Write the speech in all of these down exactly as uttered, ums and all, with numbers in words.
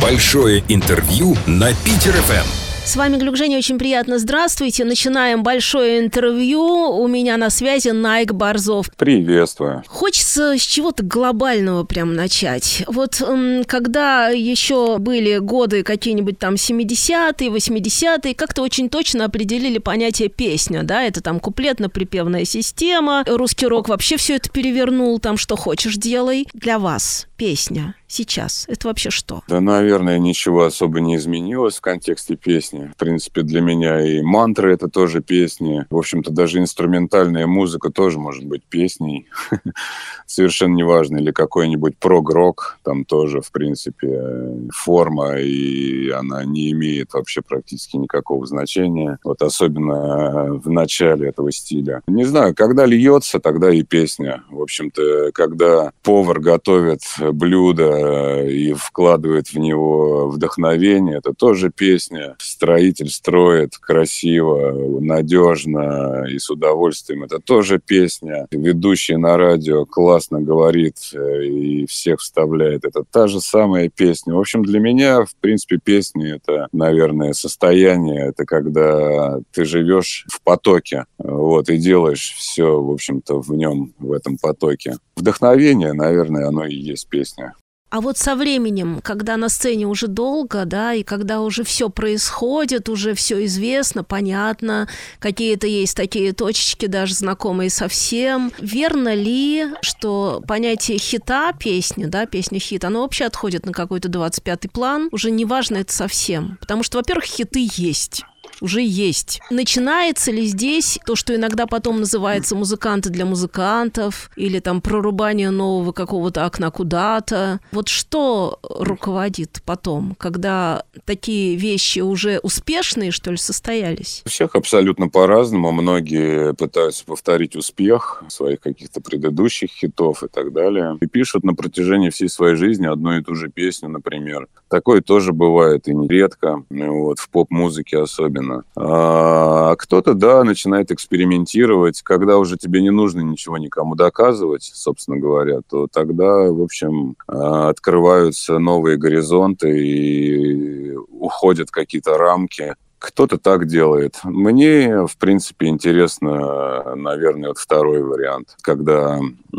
Большое интервью на Питер эф эм. С вами Глюк Женя, очень приятно. Здравствуйте. Начинаем большое интервью. У меня на связи Найк Борзов. Приветствую. Хочется с чего-то глобального прям начать. Вот м, когда еще были годы какие-нибудь там семидесятые, восьмидесятые, как-то очень точно определили понятие песня, да, это там куплетно-припевная система, русский рок вообще все это перевернул, там что хочешь делай. Для вас песня сейчас, это вообще что? Да, наверное, ничего особо не изменилось в контексте песни. В принципе, для меня и мантры — это тоже песни. В общем-то, даже инструментальная музыка тоже может быть песней. Совершенно неважно. Или какой-нибудь прог-рок, там тоже, в принципе, форма, и она не имеет вообще практически никакого значения. Вот особенно в начале этого стиля. Не знаю, когда льется, тогда и песня. В общем-то, когда повар готовит блюдо и вкладывает в него вдохновение, это тоже песня. Строитель строит красиво, надежно и с удовольствием, это тоже песня. Ведущий на радио классно говорит и всех вставляет, это та же самая песня. В общем, для меня, в принципе, песня — это, наверное, состояние, это когда ты живешь в потоке, вот, и делаешь все, в общем-то, в нем, в этом потоке. Вдохновение, наверное, оно и есть песня. А вот со временем, когда на сцене уже долго, да, и когда уже все происходит, уже все известно, понятно, какие-то есть такие точечки, даже знакомые совсем, верно ли, что понятие хита, песни, да, песня-хит, оно вообще отходит на какой-то двадцать пятый план, уже не важно это совсем, потому что, во-первых, хиты есть. Уже есть. Начинается ли здесь то, что иногда потом называется музыканты для музыкантов, или там прорубание нового какого-то окна куда-то? Вот что руководит потом, когда такие вещи уже успешные, что ли, состоялись? У всех абсолютно по-разному. Многие пытаются повторить успех своих каких-то предыдущих хитов и так далее. И пишут на протяжении всей своей жизни одну и ту же песню, например. Такое тоже бывает и нередко, вот, в поп-музыке особенно. А кто-то, да, начинает экспериментировать. Когда уже тебе не нужно ничего никому доказывать, собственно говоря, то тогда, в общем, открываются новые горизонты и уходят какие-то рамки. Кто-то так делает. Мне, в принципе, интересно, наверное, вот второй вариант, когда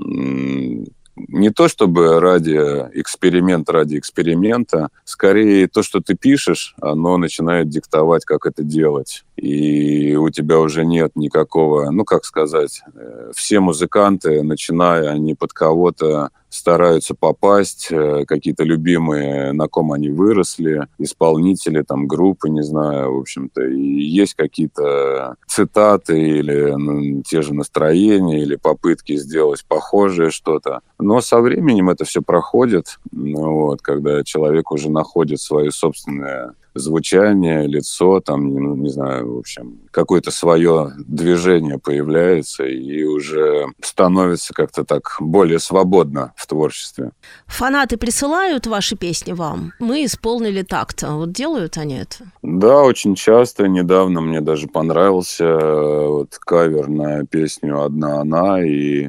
не то чтобы ради эксперимента, ради эксперимента, скорее то, что ты пишешь, оно начинает диктовать, как это делать. И у тебя уже нет никакого, ну, как сказать, все музыканты, начиная, они под кого-то стараются попасть, какие-то любимые, на ком они выросли, исполнители, там, группы, не знаю, в общем-то. И есть какие-то цитаты или ну, те же настроения, или попытки сделать похожее что-то. Но со временем это все проходит, ну, вот, когда человек уже находит свое собственное звучание, лицо, там, ну, не знаю, в общем, какое-то свое движение появляется и уже становится как-то так более свободно в творчестве. Фанаты присылают ваши песни вам? Мы исполнили так-то. Вот делают они это? Да, очень часто. Недавно мне даже понравился вот кавер на песню «Одна она», и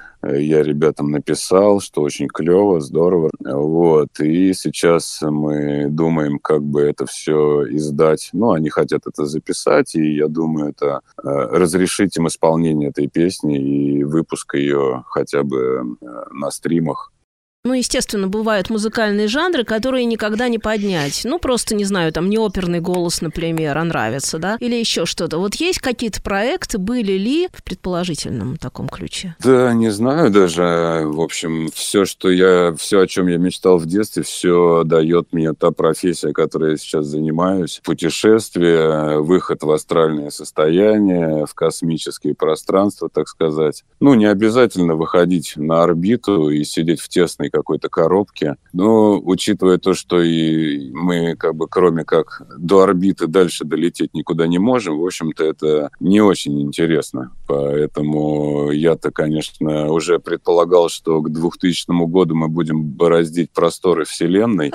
я ребятам написал, что очень клево, здорово. Вот. И сейчас мы думаем, как бы это все издать. Ну, они хотят это записать, и я думаю, это э, разрешить им исполнение этой песни и выпуск ее хотя бы э, на стримах. Ну, естественно, бывают музыкальные жанры, которые никогда не поднять. Ну, просто, не знаю, там, не оперный голос, например, а нравится, да? Или еще что-то. Вот есть какие-то проекты, были ли в предположительном таком ключе? Да, не знаю даже. В общем, все, что я, все, о чем я мечтал в детстве, все дает мне та профессия, которой я сейчас занимаюсь. Путешествие, выход в астральное состояние, в космические пространства, так сказать. Ну, не обязательно выходить на орбиту и сидеть в тесной какой-то коробке. Но учитывая то, что и мы как бы кроме как до орбиты дальше долететь никуда не можем, в общем-то, это не очень интересно. Поэтому я-то, конечно, уже предполагал, что к двухтысячному году мы будем бороздить просторы Вселенной.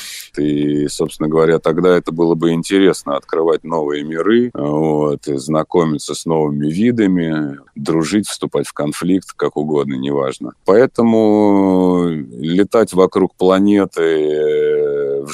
И, собственно говоря, тогда это было бы интересно открывать новые миры, вот, и знакомиться с новыми видами, дружить, вступать в конфликт, как угодно, неважно. Поэтому летать вокруг планеты в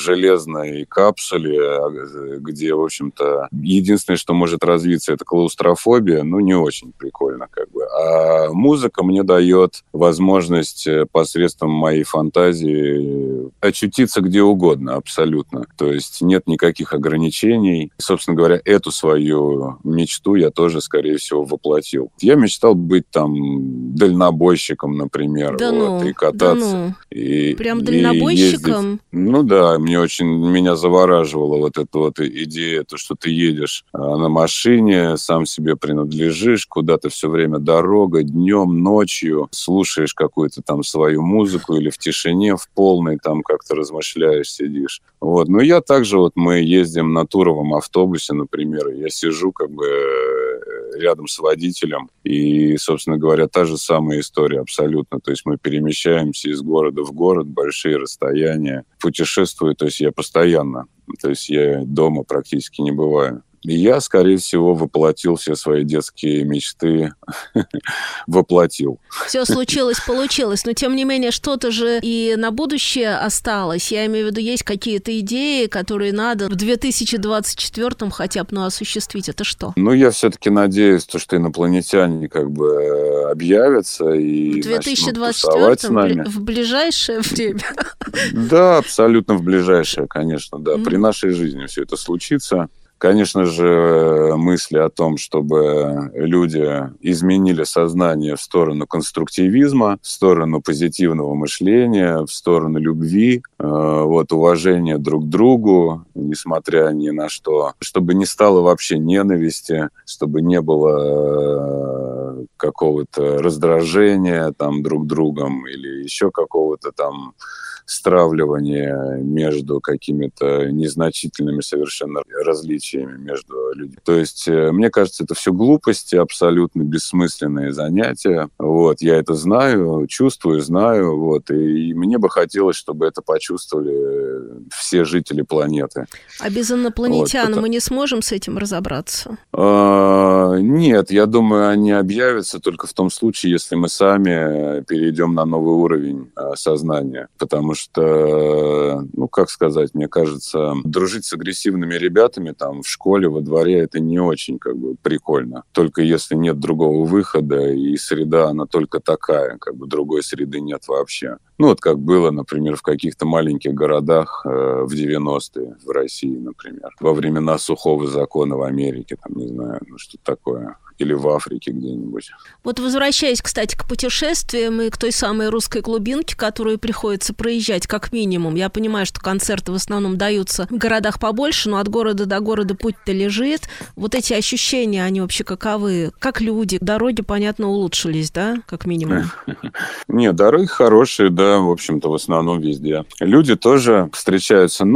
железной капсуле, где, в общем-то, единственное, что может развиться, это клаустрофобия, ну, не очень прикольно, как бы. А музыка мне дает возможность посредством моей фантазии очутиться где угодно, абсолютно. То есть нет никаких ограничений. Собственно говоря, эту свою мечту я тоже, скорее всего, воплотил. Я мечтал быть там дальнобойщиком, например, да вот, ну, и кататься. Да ну. И, Прям и дальнобойщиком? ездить. Ну да, мне очень меня завораживала вот эта вот идея, то, что ты едешь на машине, сам себе принадлежишь, куда-то все время дорога, днем, ночью, слушаешь какую-то там свою музыку или в тишине, в полной, там как-то размышляешь, сидишь. Вот. Но я также, вот мы ездим на туровом автобусе, например, я сижу как бы рядом с водителем, и, собственно говоря, та же самая история абсолютно. То есть мы перемещаемся из города в город, большие расстояния, путешествую, то есть я постоянно, то есть я дома практически не бываю. И я, скорее всего, воплотил все свои детские мечты. Воплотил. Все случилось, получилось. Но, тем не менее, что-то же и на будущее осталось. Я имею в виду, есть какие-то идеи, которые надо в две тысячи двадцать четвёртом хотя бы ну, осуществить. Это что? Ну, я все-таки надеюсь, что инопланетяне как бы объявятся и в две тысячи двадцать начнут тусовать с четвёртом нами. В ближайшее время? Да, абсолютно в ближайшее, конечно, да. При нашей жизни все это случится. Конечно же, мысли о том, чтобы люди изменили сознание в сторону конструктивизма, в сторону позитивного мышления, в сторону любви, вот, уважения друг к другу, несмотря ни на что, чтобы не стало вообще ненависти, чтобы не было какого-то раздражения там друг другом или еще какого-то там стравливания между какими-то незначительными совершенно различиями между людьми. То есть, мне кажется, это все глупости, абсолютно бессмысленные занятия. Вот, я это знаю, чувствую, знаю, вот, и мне бы хотелось, чтобы это почувствовали все жители планеты. А без инопланетян вот, мы не сможем с этим разобраться? А, нет, я думаю, они объявятся только в том случае, если мы сами перейдем на новый уровень сознания. Потому что, ну, как сказать, мне кажется, дружить с агрессивными ребятами там в школе, во дворе, это не очень как бы прикольно. Только если нет другого выхода, и среда, она только такая, как бы другой среды нет вообще. Ну, вот как было, например, в каких-то маленьких городах э, в девяностые в России, например. Во времена сухого закона в Америке, там, не знаю, ну, что такое. Или в Африке где-нибудь. Вот возвращаясь, кстати, к путешествиям и к той самой русской глубинке, которую приходится проезжать как минимум. Я понимаю, что концерты в основном даются в городах побольше, но от города до города путь-то лежит. Вот эти ощущения, они вообще каковы? Как люди? Дороги, понятно, улучшились, да, как минимум? Нет, дороги хорошие, да, в общем-то, в основном везде. Люди тоже встречаются,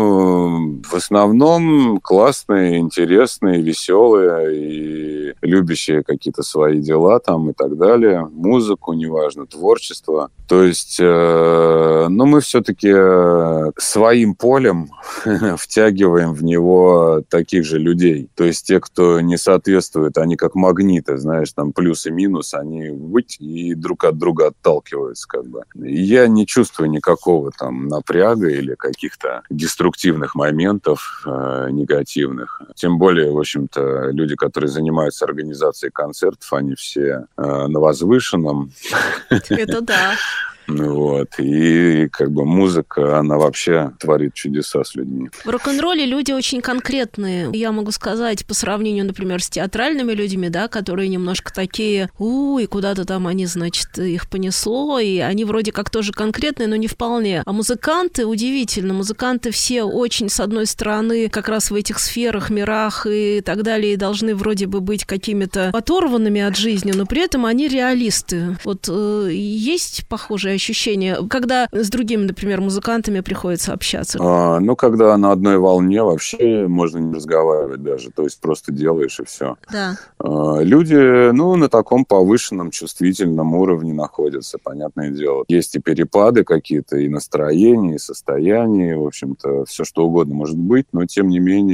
ну, в основном классные, интересные, веселые и любящие какие-то свои дела там и так далее, музыку, неважно, творчество. То есть, э, ну, мы все-таки своим полем втягиваем в него таких же людей. То есть те, кто не соответствует, они как магниты, знаешь, там плюс и минус, они быть и друг от друга отталкиваются как бы. И я не чувствую никакого там напряга или каких-то деструктивных моментов э, негативных. Тем более, в общем-то, люди, которые занимаются организацией концертов, они все э, на возвышенном. Это да. Вот. И как бы музыка, она вообще творит чудеса с людьми. В рок-н-ролле люди очень конкретные. Я могу сказать, по сравнению, например, с театральными людьми, да, которые немножко такие, у, и куда-то там они, значит, их понесло, и они вроде как тоже конкретные, но не вполне. А музыканты, удивительно, музыканты все очень, с одной стороны, как раз в этих сферах, мирах и так далее, должны вроде бы быть какими-то оторванными от жизни, но при этом они реалисты. Вот э, есть похожие ощущения, когда с другими, например, музыкантами приходится общаться? А, ну, когда на одной волне, вообще можно не разговаривать даже, то есть просто делаешь и все. Да. А, люди, ну, на таком повышенном чувствительном уровне находятся, понятное дело. Есть и перепады какие-то, и настроения, и состояния, в общем-то, все что угодно может быть, но, тем не менее,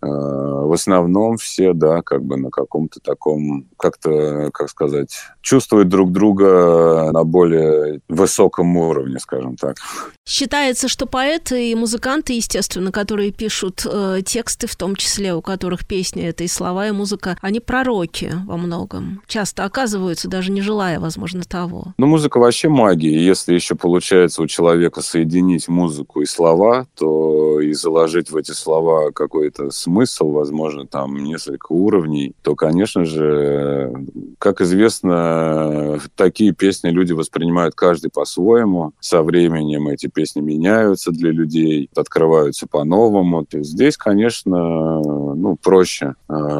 в основном все, да, как бы на каком-то таком, как-то, как сказать, чувствуют друг друга на более высоком уровне, скажем так. Считается, что поэты и музыканты, естественно, которые пишут э, тексты, в том числе, у которых песни это и слова, и музыка, они пророки во многом. Часто оказываются, даже не желая, возможно, того. Ну, музыка вообще магия. И если еще получается у человека соединить музыку и слова, то и заложить в эти слова какой-то смысл, возможно, там несколько уровней, то, конечно же, как известно, такие песни люди воспринимают каждый по-своему. Со временем эти песни меняются для людей, открываются по-новому. То есть здесь, конечно, ну, проще,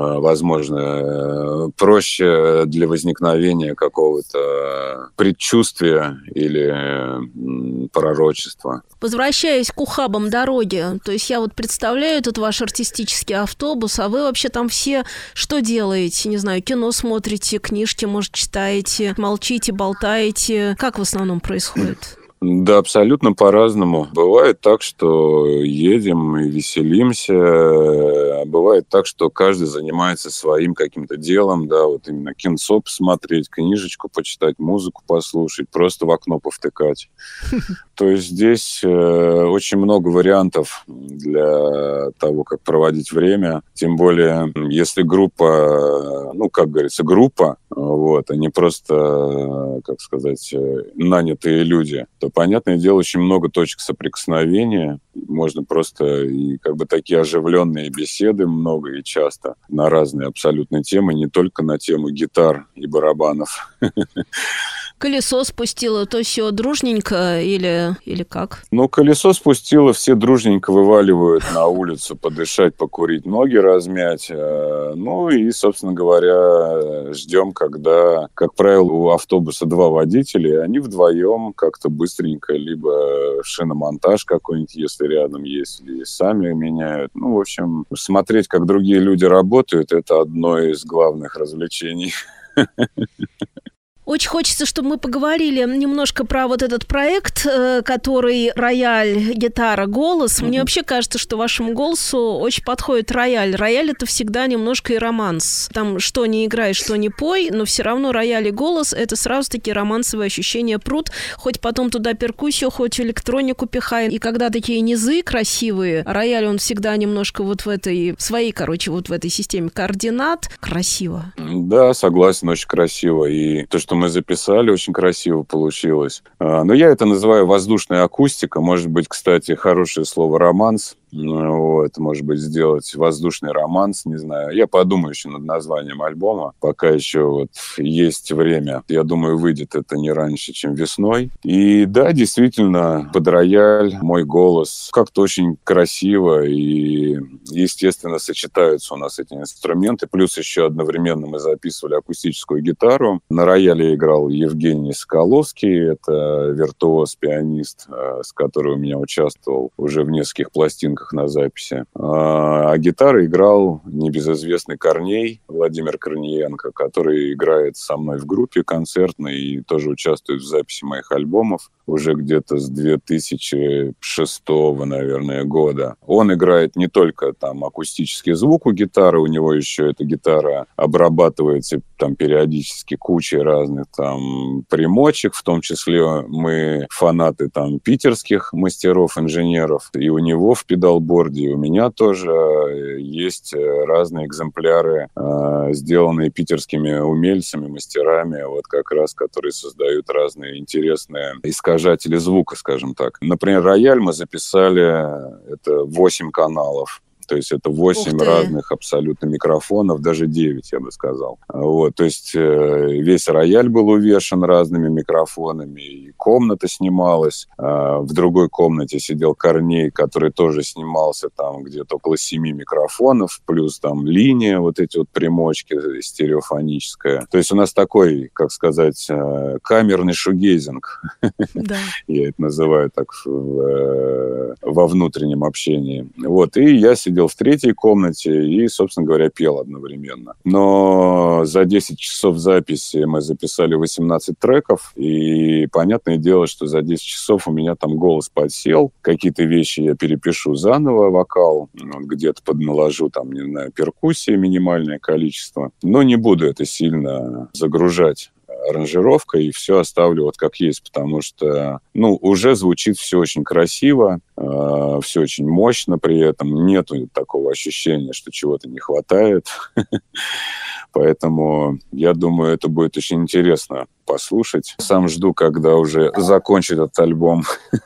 возможно, проще для возникновения какого-то предчувствия или пророчества. Возвращаясь к ухабам дороги, то есть я вот представляю этот ваш артистический автобус, а вы вообще там все что делаете? Не знаю, кино смотрите, книжки, может, читаете, молчите, болтаете. Как в основном происходит? Да, абсолютно по-разному. Бывает так, что едем и веселимся. Бывает так, что каждый занимается своим каким-то делом, да, вот именно кинцо посмотреть, книжечку почитать, музыку послушать, просто в окно повтыкать. То есть здесь э, очень много вариантов для того, как проводить время. Тем более, если группа, ну, как говорится, группа, вот, а не просто, как сказать, нанятые люди, то, понятное дело, очень много точек соприкосновения. Можно просто и как бы такие оживленные беседы много и часто на разные абсолютно темы, не только на тему гитар и барабанов. Колесо спустило, то все дружненько или, или как? Ну, колесо спустило, все дружненько вываливают на улицу подышать, покурить, ноги размять. Ну и, собственно говоря, ждем, когда, как правило, у автобуса два водителя, они вдвоем как-то быстренько либо шиномонтаж какой-нибудь, если рядом есть, или сами меняют. Ну, в общем, смотреть, как другие люди работают, это одно из главных развлечений. Очень хочется, чтобы мы поговорили немножко про вот этот проект, который рояль, гитара, голос. Мне вообще кажется, что вашему голосу очень подходит рояль. Рояль — это всегда немножко и романс. Там что не играй, что не пой, но все равно рояль и голос — это сразу такие романсовые ощущения прут. Хоть потом туда перкуссию, хоть электронику пихай. И когда такие низы красивые, рояль, он всегда немножко вот в этой, своей, короче, вот в этой системе координат. Красиво. Да, согласен, очень красиво. И то, что мы записали, очень красиво получилось. Но я это называю воздушная акустика. Может быть, кстати, хорошее слово «романс». Вот, может быть, сделать воздушный романс, не знаю. Я подумаю еще над названием альбома. Пока еще вот есть время. Я думаю, выйдет это не раньше, чем весной. И да, действительно, под рояль мой голос как-то очень красиво и, естественно, сочетаются у нас эти инструменты. Плюс еще одновременно мы записывали акустическую гитару. На рояле играл Евгений Соколовский. Это виртуоз-пианист, с которым у меня участвовал уже в нескольких пластинках на записи. А, а гитару играл небезызвестный Корней, Владимир Корниенко, который играет со мной в группе концертной и тоже участвует в записи моих альбомов уже где-то с две тысячи шестого, наверное, года. Он играет не только там акустический звук у гитары, у него еще эта гитара обрабатывается там периодически кучей разных там примочек, в том числе мы фанаты там питерских мастеров, инженеров, и у него в педалборде, и у меня тоже есть разные экземпляры, сделанные питерскими умельцами, мастерами, вот как раз, которые создают разные интересные искажатели звука, скажем так. Например, рояль мы записали, это восемь каналов. То есть это восемь разных абсолютно микрофонов, даже девять, я бы сказал. Вот, то есть э, весь рояль был увешан разными микрофонами, и комната снималась. А в другой комнате сидел Корней, который тоже снимался там где-то около семи микрофонов, плюс там линия, вот эти вот примочки стереофоническая. То есть у нас такой, как сказать, камерный шугейзинг. Да. Я это называю так во внутреннем общении. Вот, и я сидел сидел в третьей комнате и, собственно говоря, пел одновременно. Но за десять часов записи мы записали восемнадцать треков, и понятное дело, что за десять часов у меня там голос подсел, какие-то вещи я перепишу заново, вокал, где-то подналожу, там, не знаю, перкуссии минимальное количество, но не буду это сильно загружать аранжировкой, и все оставлю вот как есть, потому что, ну, уже звучит все очень красиво, э, все очень мощно при этом, нету такого ощущения, что чего-то не хватает. Поэтому я думаю, это будет очень интересно послушать. Сам жду, когда уже закончит этот альбом.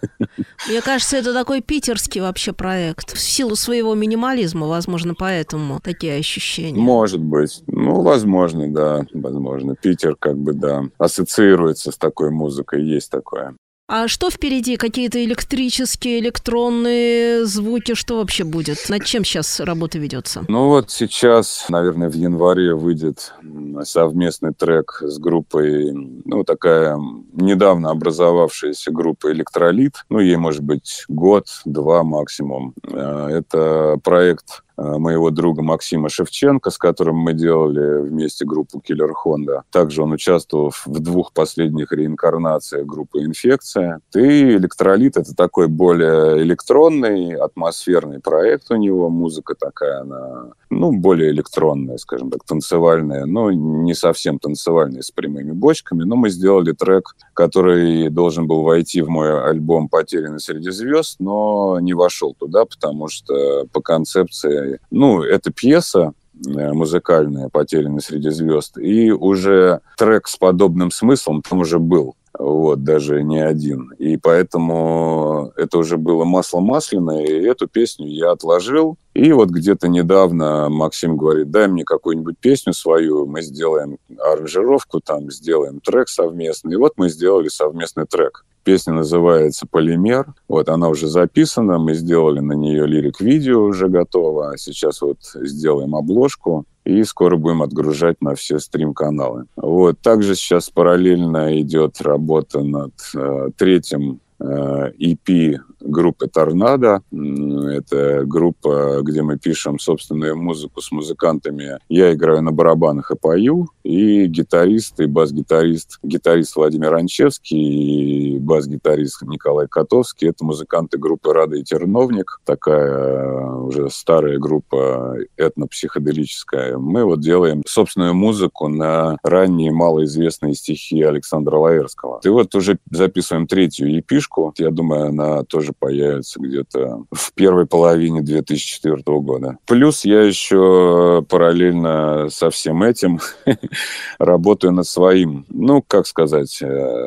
Мне кажется, это такой питерский вообще проект. В силу своего минимализма, возможно, поэтому такие ощущения. Может быть. Ну, возможно, да, возможно. Питер как бы, да, ассоциируется с такой музыкой, есть такое. А что впереди? Какие-то электрические, электронные звуки? Что вообще будет? Над чем сейчас работа ведется? Ну вот сейчас, наверное, в январе выйдет совместный трек с группой, ну, такая недавно образовавшаяся группа «Электролит». Ну, ей, может быть, год-два максимум. Это проект моего друга Максима Шевченко, с которым мы делали вместе группу Killer Honda. Также он участвовал в двух последних реинкарнациях группы «Инфекция». И «Электролит» — это такой более электронный, атмосферный проект у него. Музыка такая, она, ну, более электронная, скажем так, танцевальная, но не совсем танцевальная, с прямыми бочками. Но мы сделали трек, который должен был войти в мой альбом «Потерянный среди звезд», но не вошел туда, потому что по концепции, ну, это пьеса музыкальная «Потерянный среди звезд», и уже трек с подобным смыслом там уже был. Вот, даже не один. И поэтому это уже было масло масляное, и эту песню я отложил. И вот где-то недавно Максим говорит: дай мне какую-нибудь песню свою, мы сделаем аранжировку, там, сделаем трек совместный. И вот мы сделали совместный трек. Песня называется «Полимер». Вот она уже записана, мы сделали на нее лирик-видео, уже готово. Сейчас вот сделаем обложку и скоро будем отгружать на все стрим-каналы. Вот. Также сейчас параллельно идет работа над э, третьим э, и пи группы «Торнадо». Это группа, где мы пишем собственную музыку с музыкантами. Я играю на барабанах и пою, и гитарист, и бас-гитарист, гитарист Владимир Анчевский и бас-гитарист Николай Котовский. Это музыканты группы «Рада и Терновник», такая уже старая группа этно-психоделическая. Мы вот делаем собственную музыку на ранние малоизвестные стихи Александра Лаэрского. И вот уже записываем третью епишку. Я думаю, она тоже появится где-то в первой половине две тысячи четвёртого года. Плюс я еще параллельно со всем этим работаю над своим, ну, как сказать,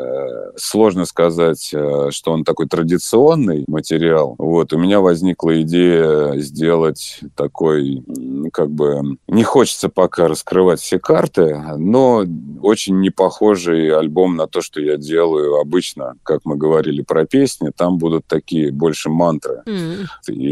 сложно сказать, что он такой традиционный материал. Вот, у меня возникла идея сделать такой, как бы, не хочется пока раскрывать все карты, но очень не похожий альбом на то, что я делаю обычно, как мы говорили про песни, там будут такие больше мантры. Mm.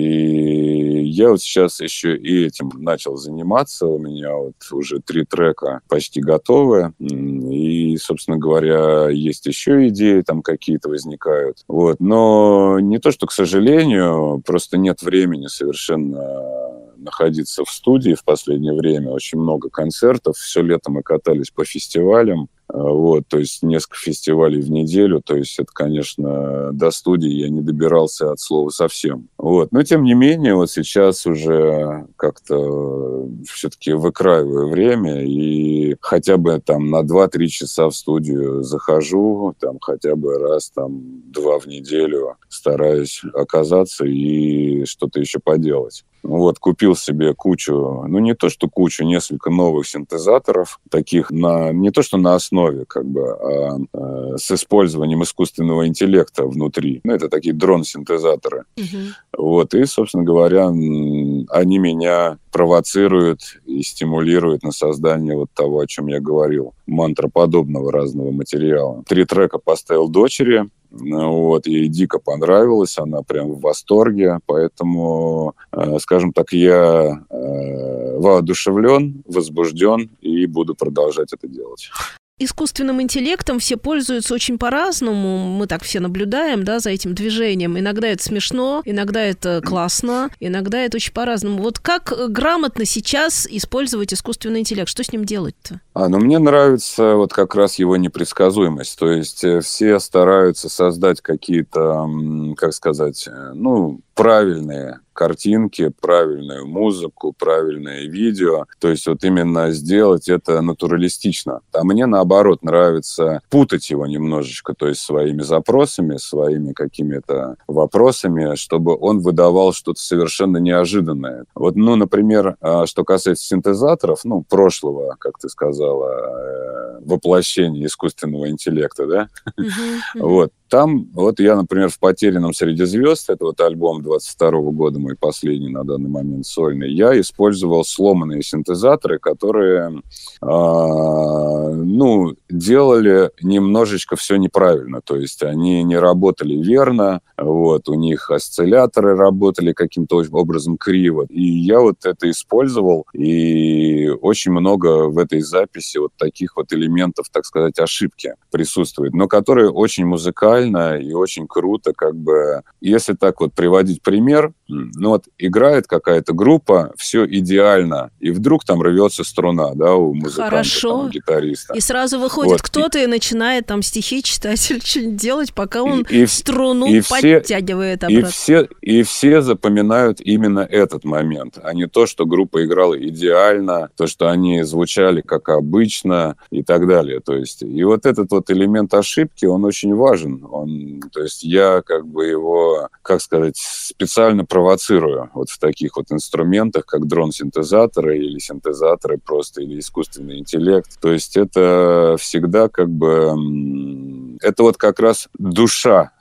И я вот сейчас еще и этим начал заниматься. У меня вот уже три трека почти готовы. И, собственно говоря, есть еще идеи там какие-то возникают. Вот. Но не то, что, к сожалению, просто нет времени совершенно находиться в студии в последнее время. Очень много концертов. Все лето мы катались по фестивалям. Вот, то есть несколько фестивалей в неделю, то есть это, конечно, до студии я не добирался от слова совсем. Вот, но тем не менее, вот сейчас уже как-то все-таки выкраиваю время и хотя бы там на два-три часа в студию захожу, там хотя бы раз, там два в неделю стараюсь оказаться и что-то еще поделать. Вот, купил себе кучу, ну не то что кучу, несколько новых синтезаторов, таких на, не то что на основе, как бы, а, а с использованием искусственного интеллекта внутри. Ну, это такие дрон-синтезаторы. Uh-huh. Вот, и, собственно говоря, они меня провоцируют и стимулируют на создание вот того, о чем я говорил, мантроподобного разного материала. Три трека поставил дочери. Вот, ей дико понравилось, она прям в восторге, поэтому, э, скажем так, я э, воодушевлен, возбужден и буду продолжать это делать. Искусственным интеллектом все пользуются очень по-разному. Мы так все наблюдаем, да, за этим движением. Иногда это смешно, иногда это классно, иногда это очень по-разному. Вот как грамотно сейчас использовать искусственный интеллект? Что с ним делать-то? А, ну, мне нравится вот как раз его непредсказуемость. То есть все стараются создать какие-то, как сказать, ну, правильные картинки, правильную музыку, правильное видео. То есть вот именно сделать это натуралистично. А мне, наоборот, нравится путать его немножечко, то есть своими запросами, своими какими-то вопросами, чтобы он выдавал что-то совершенно неожиданное. Вот, ну, например, что касается синтезаторов, ну, прошлого, как ты сказала, воплощения искусственного интеллекта, да? Вот. Там, вот я, например, в «Потерянном среди звезд», это вот альбом двадцать второго года, мой последний на данный момент сольный, я использовал сломанные синтезаторы, которые, э, ну, делали немножечко все неправильно, то есть они не работали верно, вот, у них осцилляторы работали каким-то образом криво, и я вот это использовал, и очень много в этой записи вот таких вот элементов, так сказать, ошибки присутствует, но которые очень музыкальны, и очень круто, как бы, если так вот приводить пример, ну вот играет какая-то группа, все идеально, и вдруг там рвется струна, да, у музыканта, Хорошо. Там, у гитариста. И сразу выходит вот. кто-то и... и начинает там стихи читать или что-нибудь делать, пока он и, струну и подтягивает все, обратно. И все, и все запоминают именно этот момент, а не то, что группа играла идеально, то, что они звучали как обычно и так далее. То есть, и вот этот вот элемент ошибки, он очень важен. Он, то есть я как бы его, как сказать, специально провоцирую вот в таких вот инструментах, как дрон-синтезаторы или синтезаторы просто, или искусственный интеллект. То есть это всегда как бы... Это вот как раз душа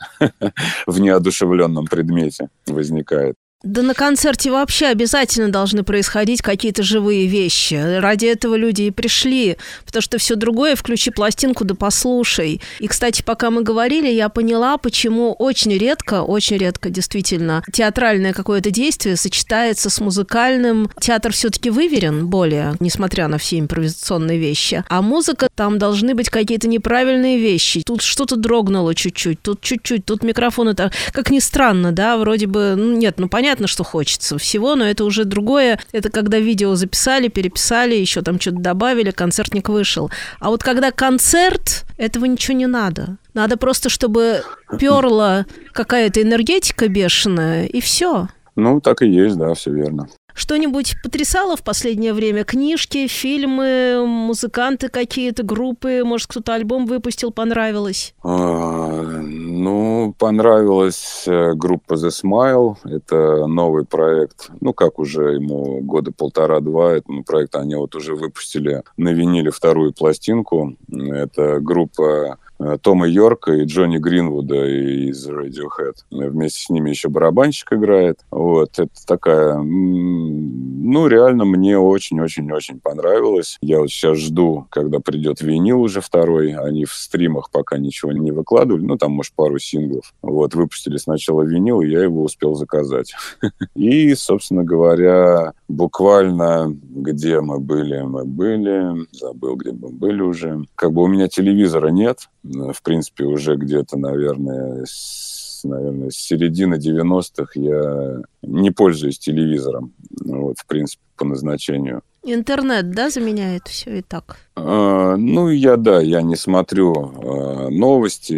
в неодушевленном предмете возникает. Да на концерте вообще обязательно должны происходить какие-то живые вещи. Ради этого люди и пришли. Потому что все другое, включи пластинку да послушай. И, кстати, пока мы говорили, я поняла, почему очень редко, очень редко действительно театральное какое-то действие сочетается с музыкальным. Театр все-таки выверен более, несмотря на все импровизационные вещи. А музыка, там должны быть какие-то неправильные вещи. Тут что-то дрогнуло чуть-чуть, тут чуть-чуть, тут микрофон. Это, как ни странно, да, вроде бы, ну, нет, ну, понятно, Понятно, что хочется всего, но это уже другое. Это когда видео записали, переписали, еще там что-то добавили, концертник вышел. А вот когда концерт, этого ничего не надо. Надо просто, чтобы перла какая-то энергетика бешеная, и все. Ну, так и есть, да, все верно. Что-нибудь потрясало в последнее время? Книжки, фильмы, музыканты какие-то, группы? Может, кто-то альбом выпустил, понравилось? А, ну, понравилась группа The Smile. Это новый проект. Ну, как уже ему года полтора-два этому проекту. Они вот уже выпустили на виниле вторую пластинку. Это группа Тома Йорка и Джонни Гринвуда из Radiohead. Вместе с ними еще барабанщик играет. Вот. Это такая... Ну, реально мне очень-очень-очень понравилось. Я вот сейчас жду, когда придет винил уже второй. Они в стримах пока ничего не выкладывали. Ну, там, может, пару синглов. Вот. Выпустили сначала винил, и я его успел заказать. И, собственно говоря, буквально где мы были, мы были... Забыл, где мы были уже. Как бы у меня телевизора нет. В принципе, уже где-то, наверное, с, наверное, с середины девяностых я не пользуюсь телевизором. Вот, в принципе, по назначению. Интернет, да, заменяет все и так? А, ну, я, да, я не смотрю а, новости,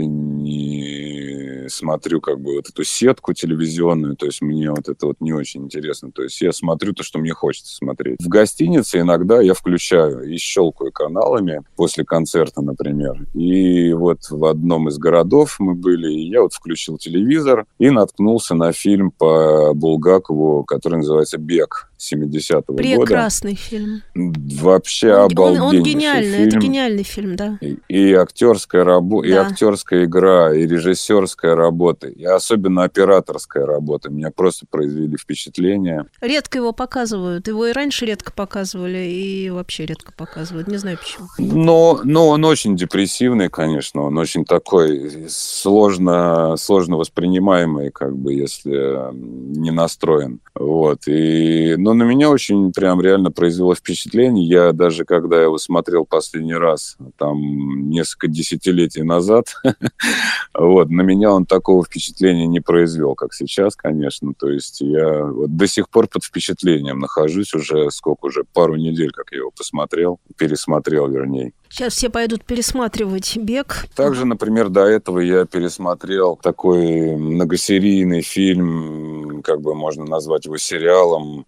не смотрю как бы вот эту сетку телевизионную, то есть мне вот это вот не очень интересно. То есть я смотрю то, что мне хочется смотреть. В гостинице иногда я включаю и щелкаю каналами после концерта, например. И вот в одном из городов мы были, и я вот включил телевизор и наткнулся на фильм по Булгакову, который называется «Бег» семидесятого года. Прекрасный фильм. Вообще он, обалденнейший он, он гениальный, фильм. Это гениальный фильм, да. И, и актерская работа, да. и актерская игра, и режиссерская работа, и особенно операторская работа. Меня просто произвели впечатление. Редко его показывают. Его и раньше редко показывали, и вообще редко показывают. Не знаю почему. Но, но он очень депрессивный, конечно. Он очень такой сложно, сложно воспринимаемый, как бы, если не настроен. Вот. И, но на меня очень прям реально произвело впечатление. Я даже, когда его смотрел последний раз, там, несколько десятилетий назад, вот, на меня он такого впечатления не произвел, как сейчас, конечно. То есть я вот до сих пор под впечатлением нахожусь уже, сколько уже, пару недель, как я его посмотрел, пересмотрел, вернее. Сейчас все пойдут пересматривать «Бег». Также, например, до этого я пересмотрел такой многосерийный фильм, как бы можно назвать его сериалом,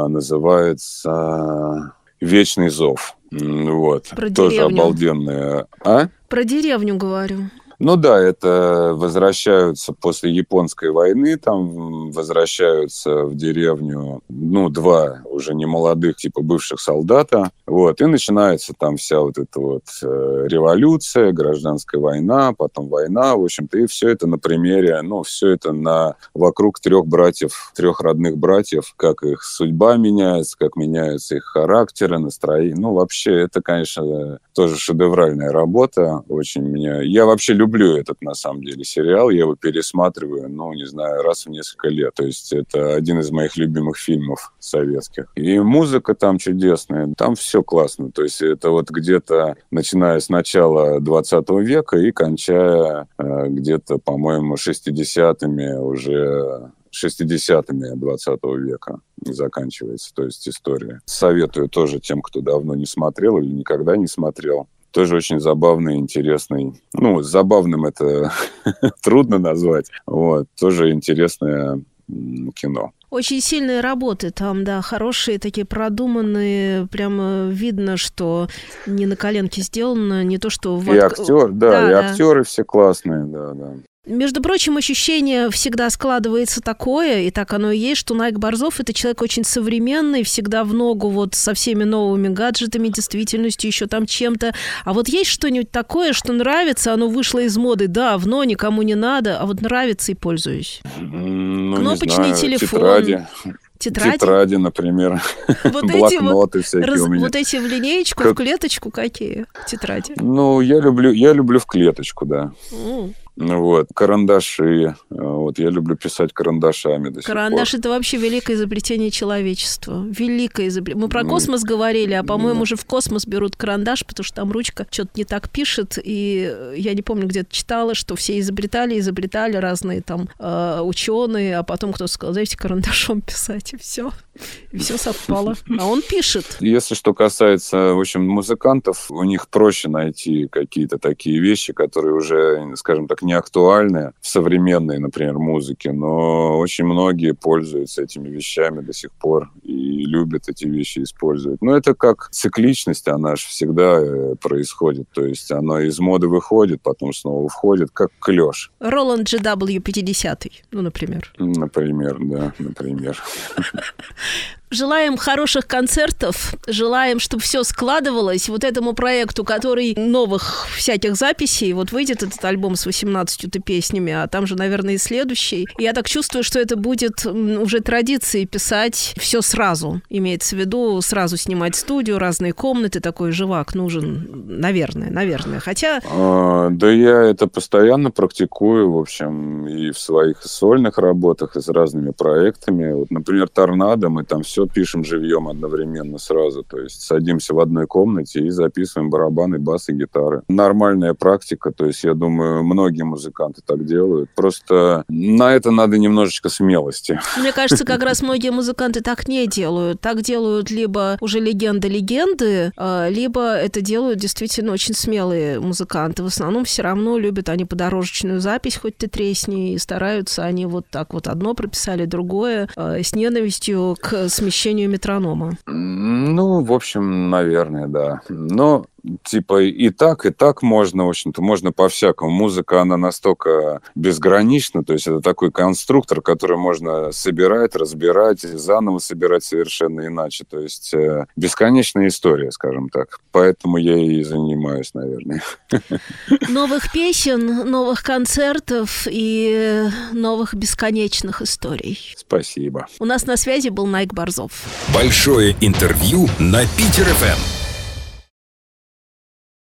называется «Вечный зов». Вот. Про тоже деревню. Обалденная. А? Про деревню говорю. Ну да, это возвращаются после Японской войны, там возвращаются в деревню, ну, два уже не молодых, типа бывших солдата, вот, и начинается там вся вот эта вот э, революция, гражданская война, потом война, в общем-то, и все это на примере, ну, все это на вокруг трех братьев, трех родных братьев, как их судьба меняется, как меняются их характеры, настроения, ну, вообще, это, конечно, тоже шедевральная работа, очень меня, я вообще люблю Люблю этот, на самом деле, сериал. Я его пересматриваю, ну, не знаю, раз в несколько лет. То есть это один из моих любимых фильмов советских. И музыка там чудесная. Там все классно. То есть это вот где-то начиная с начала двадцатого века и кончая э, где-то, по-моему, шестидесятыми уже... шестидесятыми двадцатого века заканчивается, то есть история. Советую тоже тем, кто давно не смотрел или никогда не смотрел. Тоже очень забавный, интересный. Ну, забавным это трудно назвать. Вот. Тоже интересное кино. Очень сильные работы там, да, хорошие, такие продуманные, прямо видно, что не на коленке сделано, не то, что... В... И актер, да, да и да. актеры все классные, да, да. Между прочим, ощущение всегда складывается такое, и так оно и есть, что Найк Борзов – это человек очень современный, всегда в ногу вот со всеми новыми гаджетами, действительностью, еще там чем-то. А вот есть что-нибудь такое, что нравится, оно вышло из моды, давно, никому не надо, а вот нравится и пользуюсь. Ну, Кнопочный не знаю, телефон. Тетради. Тетради? Тетради, например. Вот блокноты эти всякие раз, у меня. Вот эти в линеечку, как... в клеточку какие тетради? Ну, я люблю, я люблю в клеточку, да. Mm. Ну вот, карандаши. Вот, я люблю писать карандашами до сих пор. Карандаш – это вообще великое изобретение человечества. Великое изобретение. Мы про космос говорили, а, по-моему, уже в космос берут карандаш, потому что там ручка что-то не так пишет. И я не помню, где-то читала, что все изобретали, изобретали разные там э, ученые, а потом кто-то сказал, давайте карандашом писать, и все. И все совпало. А он пишет. Если что касается, в общем, музыкантов, у них проще найти какие-то такие вещи, которые уже, скажем так, не актуальны в современной, например, музыке, но очень многие пользуются этими вещами до сих пор и любят эти вещи использовать. Но это как цикличность, она же всегда происходит, то есть оно из моды выходит, потом снова входит, как клеш. Роланд джи дабл ю пятьдесят, ну, например. Например, да, например. Желаем хороших концертов, желаем, чтобы все складывалось. Вот этому проекту, который новых всяких записей, вот выйдет этот альбом с восемнадцатью-то песнями, а там же, наверное, и следующий. Я так чувствую, что это будет уже традицией писать все сразу. Имеется в виду сразу снимать студию, разные комнаты, такой живак нужен, наверное, наверное. Хотя... А, да я это постоянно практикую, в общем, и в своих сольных работах, и с разными проектами. Вот, например, «Торнадо», мы там все пишем живьем одновременно сразу, то есть садимся в одной комнате и записываем барабаны, бас и гитары. Нормальная практика, то есть я думаю, многие музыканты так делают. Просто на это надо немножечко смелости. Мне кажется, как раз многие музыканты так не делают. Так делают либо уже легенды-легенды, либо это делают действительно очень смелые музыканты. В основном все равно любят они подорожечную запись, хоть ты тресни, и стараются они вот так вот одно прописали, другое, с ненавистью к смещению метронома. Ну, в общем, наверное, да. Но типа и так, и так можно, в общем-то, можно по-всякому. Музыка, она настолько безгранична, то есть это такой конструктор, который можно собирать, разбирать, заново собирать совершенно иначе. То есть э, бесконечная история, скажем так. Поэтому я и занимаюсь, наверное. Новых песен, новых концертов и новых бесконечных историй. Спасибо. У нас на связи был Найк Борзов. Большое интервью на Питер эф эм.